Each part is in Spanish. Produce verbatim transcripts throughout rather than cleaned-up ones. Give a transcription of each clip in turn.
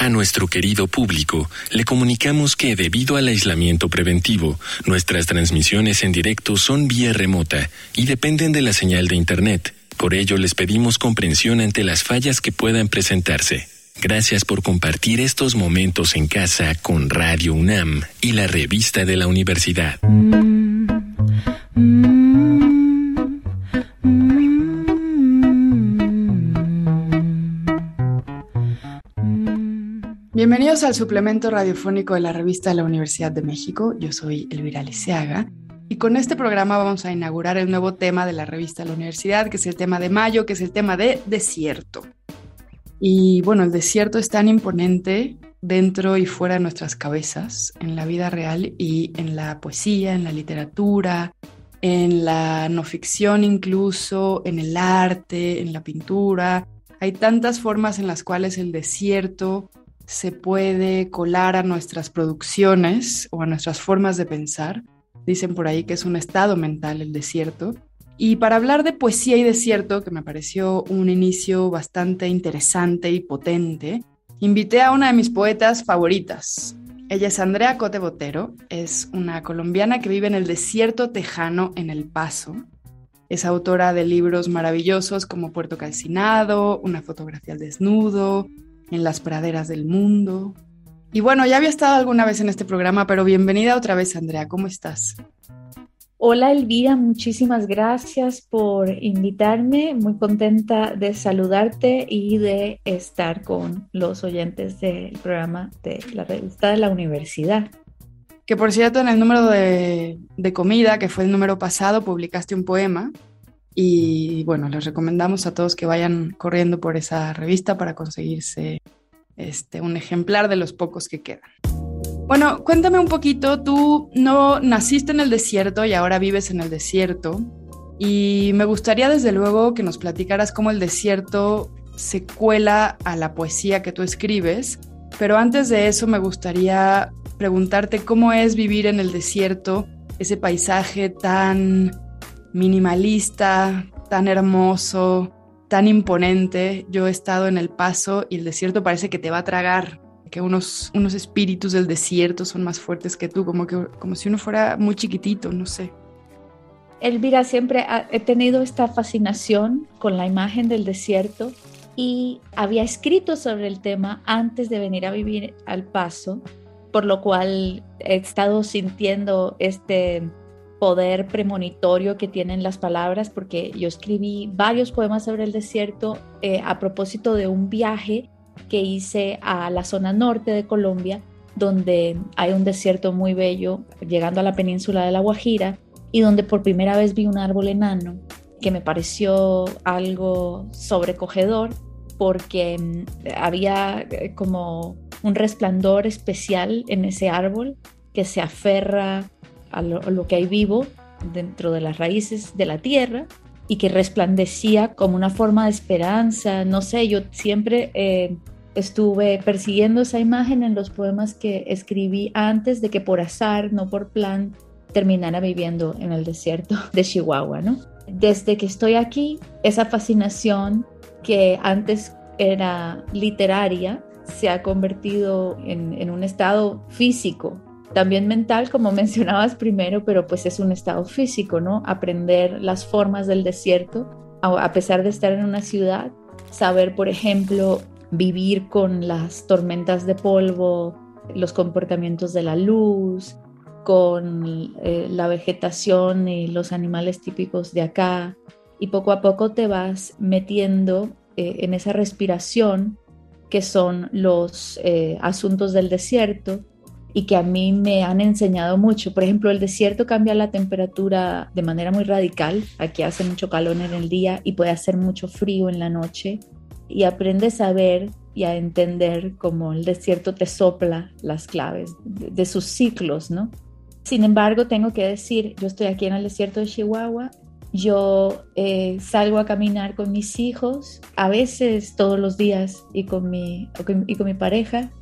A nuestro querido público, le comunicamos que debido al aislamiento preventivo, nuestras transmisiones en directo son vía remota y dependen de la señal de Internet. Por ello, les pedimos comprensión ante las fallas que puedan presentarse. Gracias por compartir estos momentos en casa con Radio UNAM y la revista de la universidad. Bienvenidos al suplemento radiofónico de la revista de la Universidad de México. Yo soy Elvira Liceaga y con este programa vamos a inaugurar el nuevo tema de la revista de la universidad, que es el tema de mayo, que es el tema de desierto. Y bueno, el desierto es tan imponente dentro y fuera de nuestras cabezas, en la vida real y en la poesía, en la literatura, en la no ficción incluso, en el arte, en la pintura. Hay tantas formas en las cuales el desierto se puede colar a nuestras producciones o a nuestras formas de pensar. Dicen por ahí que es un estado mental el desierto. Y para hablar de poesía y desierto, que me pareció un inicio bastante interesante y potente, invité a una de mis poetas favoritas. Ella es Andrea Cote Botero, es una colombiana que vive en el desierto tejano en El Paso. Es autora de libros maravillosos como Puerto Calcinado, Una fotografía al desnudo, En las praderas del mundo. Y bueno, ya había estado alguna vez en este programa, pero bienvenida otra vez, Andrea. ¿Cómo estás? Hola, Elvira, muchísimas gracias por invitarme. Muy contenta de saludarte y de estar con los oyentes del programa de la revista de la universidad. Que por cierto, en el número de, de comida, que fue el número pasado, publicaste un poema. Y bueno, les recomendamos a todos que vayan corriendo por esa revista para conseguirse este, un ejemplar de los pocos que quedan. Bueno, cuéntame un poquito, tú no naciste en el desierto y ahora vives en el desierto. Y me gustaría desde luego que nos platicaras cómo el desierto se cuela a la poesía que tú escribes. Pero antes de eso me gustaría preguntarte cómo es vivir en el desierto, ese paisaje tan minimalista, tan hermoso, tan imponente. Yo he estado en El Paso y el desierto parece que te va a tragar, que unos, unos espíritus del desierto son más fuertes que tú, como, que, como si uno fuera muy chiquitito, no sé. Elvira, siempre he tenido esta fascinación con la imagen del desierto y había escrito sobre el tema antes de venir a vivir al Paso, por lo cual he estado sintiendo este poder premonitorio que tienen las palabras, porque yo escribí varios poemas sobre el desierto eh, a propósito de un viaje que hice a la zona norte de Colombia, donde hay un desierto muy bello, llegando a la península de La Guajira, y donde por primera vez vi un árbol enano, que me pareció algo sobrecogedor, porque había como un resplandor especial en ese árbol que se aferra a lo, a lo que hay vivo dentro de las raíces de la tierra y que resplandecía como una forma de esperanza. No sé, yo siempre eh, estuve persiguiendo esa imagen en los poemas que escribí antes de que por azar, no por plan, terminara viviendo en el desierto de Chihuahua, ¿no? Desde que estoy aquí, esa fascinación que antes era literaria se ha convertido en, en un estado físico, también mental, como mencionabas primero, pero pues es un estado físico, ¿no? Aprender las formas del desierto, a, a pesar de estar en una ciudad, saber, por ejemplo, vivir con las tormentas de polvo, los comportamientos de la luz, con eh, la vegetación y los animales típicos de acá, y poco a poco te vas metiendo eh, en esa respiración que son los eh, asuntos del desierto, y que a mí me han enseñado mucho. Por ejemplo, el desierto cambia la temperatura de manera muy radical. Aquí hace mucho calor en el día y puede hacer mucho frío en la noche. Y aprendes a ver y a entender cómo el desierto te sopla las claves de, de sus ciclos, ¿no? Sin embargo, tengo que decir, yo estoy aquí en el desierto de Chihuahua. Yo eh, salgo a caminar con mis hijos, a veces todos los días, y con mi, y con mi pareja.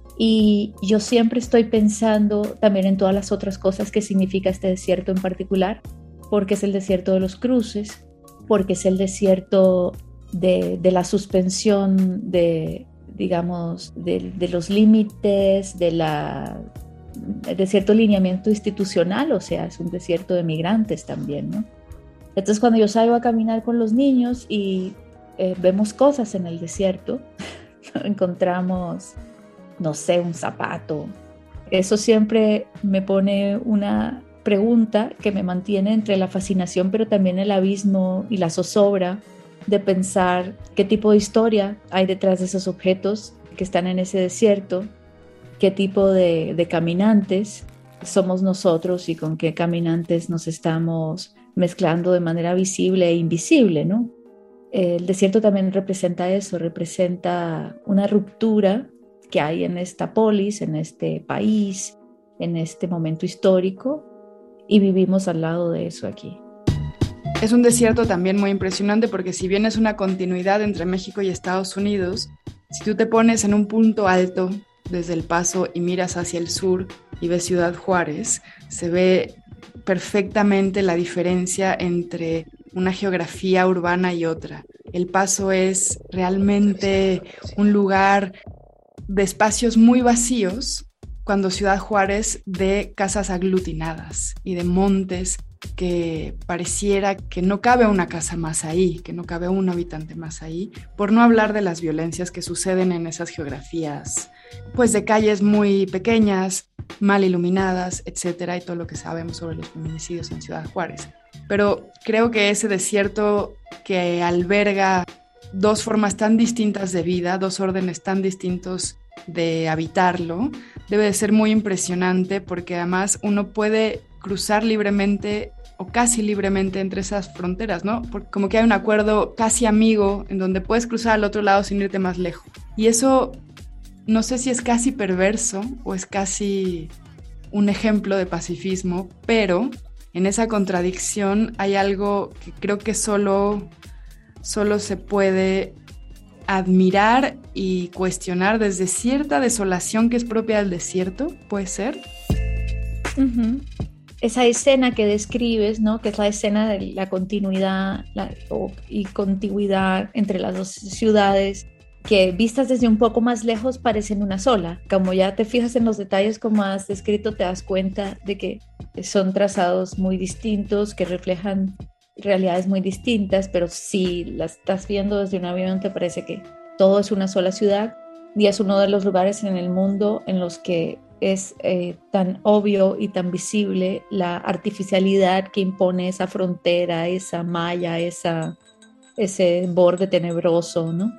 Y yo siempre estoy pensando también en todas las otras cosas que significa este desierto en particular, porque es el desierto de los cruces, porque es el desierto de, de la suspensión de, digamos, de, de los límites, de, la, de cierto lineamiento institucional, o sea, es un desierto de migrantes también, ¿no? Entonces cuando yo salgo a caminar con los niños y eh, vemos cosas en el desierto, encontramos, no sé, un zapato, eso siempre me pone una pregunta que me mantiene entre la fascinación, pero también el abismo y la zozobra de pensar qué tipo de historia hay detrás de esos objetos que están en ese desierto, qué tipo de, de caminantes somos nosotros y con qué caminantes nos estamos mezclando de manera visible e invisible, ¿no? El desierto también representa eso, representa una ruptura que hay en esta polis, en este país, en este momento histórico, y vivimos al lado de eso aquí. Es un desierto también muy impresionante porque si bien es una continuidad entre México y Estados Unidos, si tú te pones en un punto alto desde El Paso y miras hacia el sur y ves Ciudad Juárez, se ve perfectamente la diferencia entre una geografía urbana y otra. El Paso es realmente un lugar de espacios muy vacíos, cuando Ciudad Juárez de casas aglutinadas y de montes que pareciera que no cabe una casa más ahí, que no cabe un habitante más ahí, por no hablar de las violencias que suceden en esas geografías, pues de calles muy pequeñas, mal iluminadas, etcétera, y todo lo que sabemos sobre los feminicidios en Ciudad Juárez. Pero creo que ese desierto que alberga dos formas tan distintas de vida, dos órdenes tan distintos de habitarlo, debe de ser muy impresionante porque además uno puede cruzar libremente o casi libremente entre esas fronteras, ¿no? Porque como que hay un acuerdo casi amigo en donde puedes cruzar al otro lado sin irte más lejos. Y eso no sé si es casi perverso o es casi un ejemplo de pacifismo, pero en esa contradicción hay algo que creo que solo, solo se puede admirar y cuestionar desde cierta desolación que es propia del desierto, ¿puede ser? Uh-huh. Esa escena que describes, ¿no? Que es la escena de la continuidad la, o, y contigüidad entre las dos ciudades, que vistas desde un poco más lejos parecen una sola. Como ya te fijas en los detalles como has descrito, te das cuenta de que son trazados muy distintos, que reflejan realidades muy distintas, pero si las estás viendo desde un avión te parece que todo es una sola ciudad, y es uno de los lugares en el mundo en los que es eh, tan obvio y tan visible la artificialidad que impone esa frontera, esa malla, esa, ese borde tenebroso, ¿no?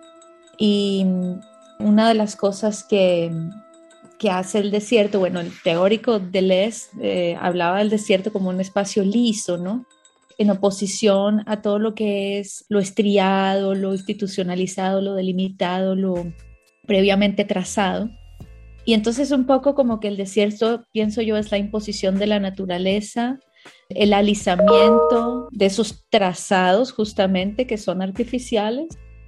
Y una de las cosas que, que hace el desierto, bueno, el teórico Deleuze eh, hablaba del desierto como un espacio liso, ¿no? En oposición a todo lo que es lo estriado, lo institucionalizado, lo delimitado, lo previamente trazado. Y entonces un poco como que el desierto, pienso yo, es la imposición de la naturaleza, el alisamiento de esos trazados justamente que son artificiales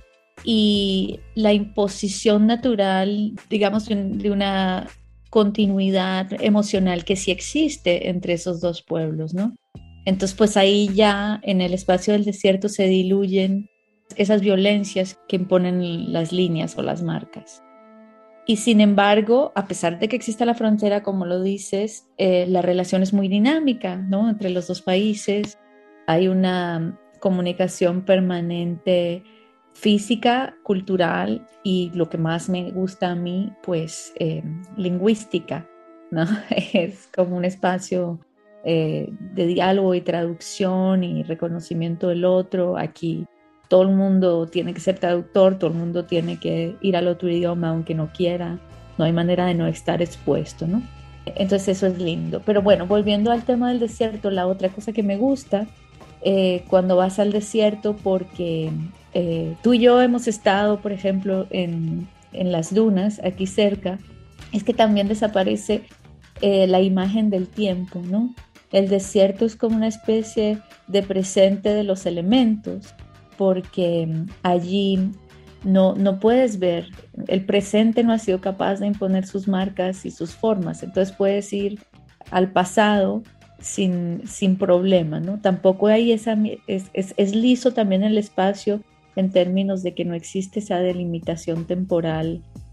y la imposición natural, digamos, de una continuidad emocional que sí existe entre esos dos pueblos, ¿no? Entonces, pues ahí ya en el espacio del desierto se diluyen esas violencias que imponen las líneas o las marcas. Y sin embargo, a pesar de que exista la frontera, como lo dices, eh, la relación es muy dinámica, ¿no? Entre los dos países hay una comunicación permanente física, cultural y lo que más me gusta a mí, pues eh, lingüística, ¿no? Es como un espacio Eh, de diálogo y traducción y reconocimiento del otro. Aquí todo el mundo tiene que ser traductor, todo el mundo tiene que ir al otro idioma aunque no quiera, no hay manera de no estar expuesto, ¿no? Entonces eso es lindo. Pero bueno, volviendo al tema del desierto, la otra cosa que me gusta eh, cuando vas al desierto, porque eh, tú y yo hemos estado, por ejemplo, en, en las dunas aquí cerca, es que también desaparece eh, la imagen del tiempo, ¿no? El desierto es como una especie de presente de los elementos, porque allí no, no puedes ver, el presente no ha sido capaz de imponer sus marcas y sus formas, entonces puedes ir al pasado sin, sin problema, ¿no? Tampoco hay esa, es, es, es liso también el espacio en términos de que no existe esa delimitación temporal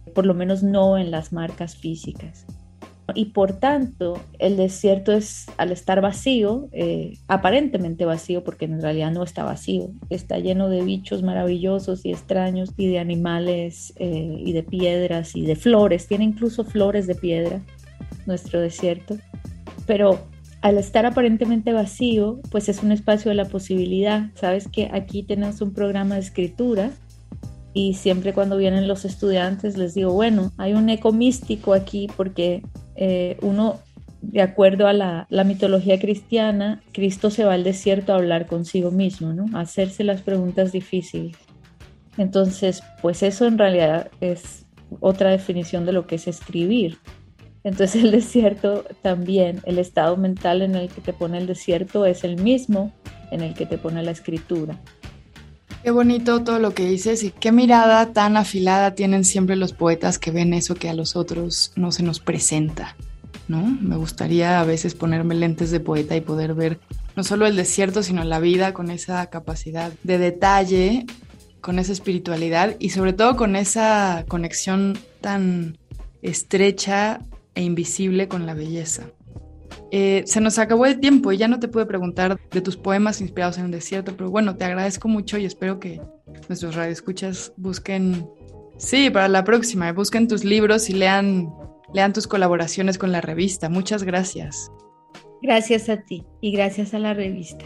por lo menos no en las marcas físicas. Y por tanto, el desierto es, al estar vacío, eh, aparentemente vacío, porque en realidad no está vacío, está lleno de bichos maravillosos y extraños y de animales eh, y de piedras y de flores, tiene incluso flores de piedra, nuestro desierto, pero al estar aparentemente vacío, pues es un espacio de la posibilidad. Sabes que aquí tenemos un programa de escritura y siempre cuando vienen los estudiantes les digo, bueno, hay un eco místico aquí porque eh, uno, de acuerdo a la, la mitología cristiana, Cristo se va al desierto a hablar consigo mismo, ¿no? A hacerse las preguntas difíciles. Entonces, pues eso en realidad es otra definición de lo que es escribir. Entonces el desierto también, el estado mental en el que te pone el desierto es el mismo en el que te pone la escritura. Qué bonito todo lo que dices y qué mirada tan afilada tienen siempre los poetas que ven eso que a los otros no se nos presenta, ¿no? Me gustaría a veces ponerme lentes de poeta y poder ver no solo el desierto, sino la vida con esa capacidad de detalle, con esa espiritualidad y sobre todo con esa conexión tan estrecha e invisible con la belleza. Eh, se nos acabó el tiempo y ya no te pude preguntar de tus poemas inspirados en el desierto, pero bueno, te agradezco mucho y espero que nuestros radioescuchas busquen, sí, para la próxima, busquen tus libros y lean, lean tus colaboraciones con la revista. Muchas gracias. Gracias a ti y gracias a la revista.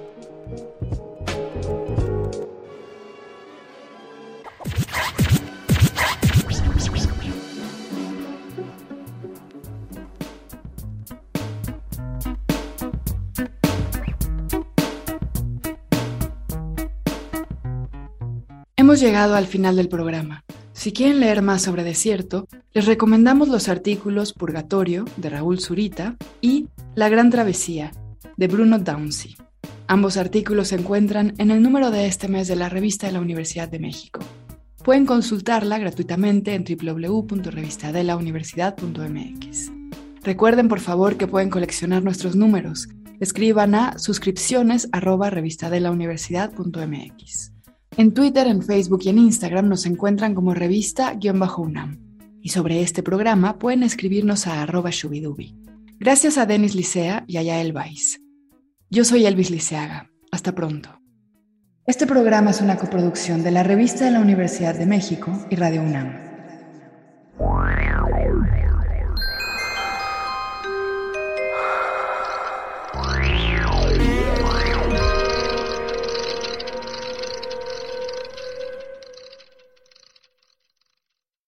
Hemos llegado al final del programa. Si quieren leer más sobre desierto, les recomendamos los artículos Purgatorio, de Raúl Zurita, y La Gran Travesía, de Bruno Downsey. Ambos artículos se encuentran en el número de este mes de la Revista de la Universidad de México. Pueden consultarla gratuitamente en doble u doble u doble u punto revista de la universidad punto m x. Recuerden, por favor, que pueden coleccionar nuestros números. Escriban a suscripciones arroba revistadelauniversidad punto m x. En Twitter, en Facebook y en Instagram nos encuentran como revista-unam. Y sobre este programa pueden escribirnos a arroba shubidubi. Gracias a Denis Licea y a Yael Weiss. Yo soy Elvis Liceaga. Hasta pronto. Este programa es una coproducción de la Revista de la Universidad de México y Radio UNAM.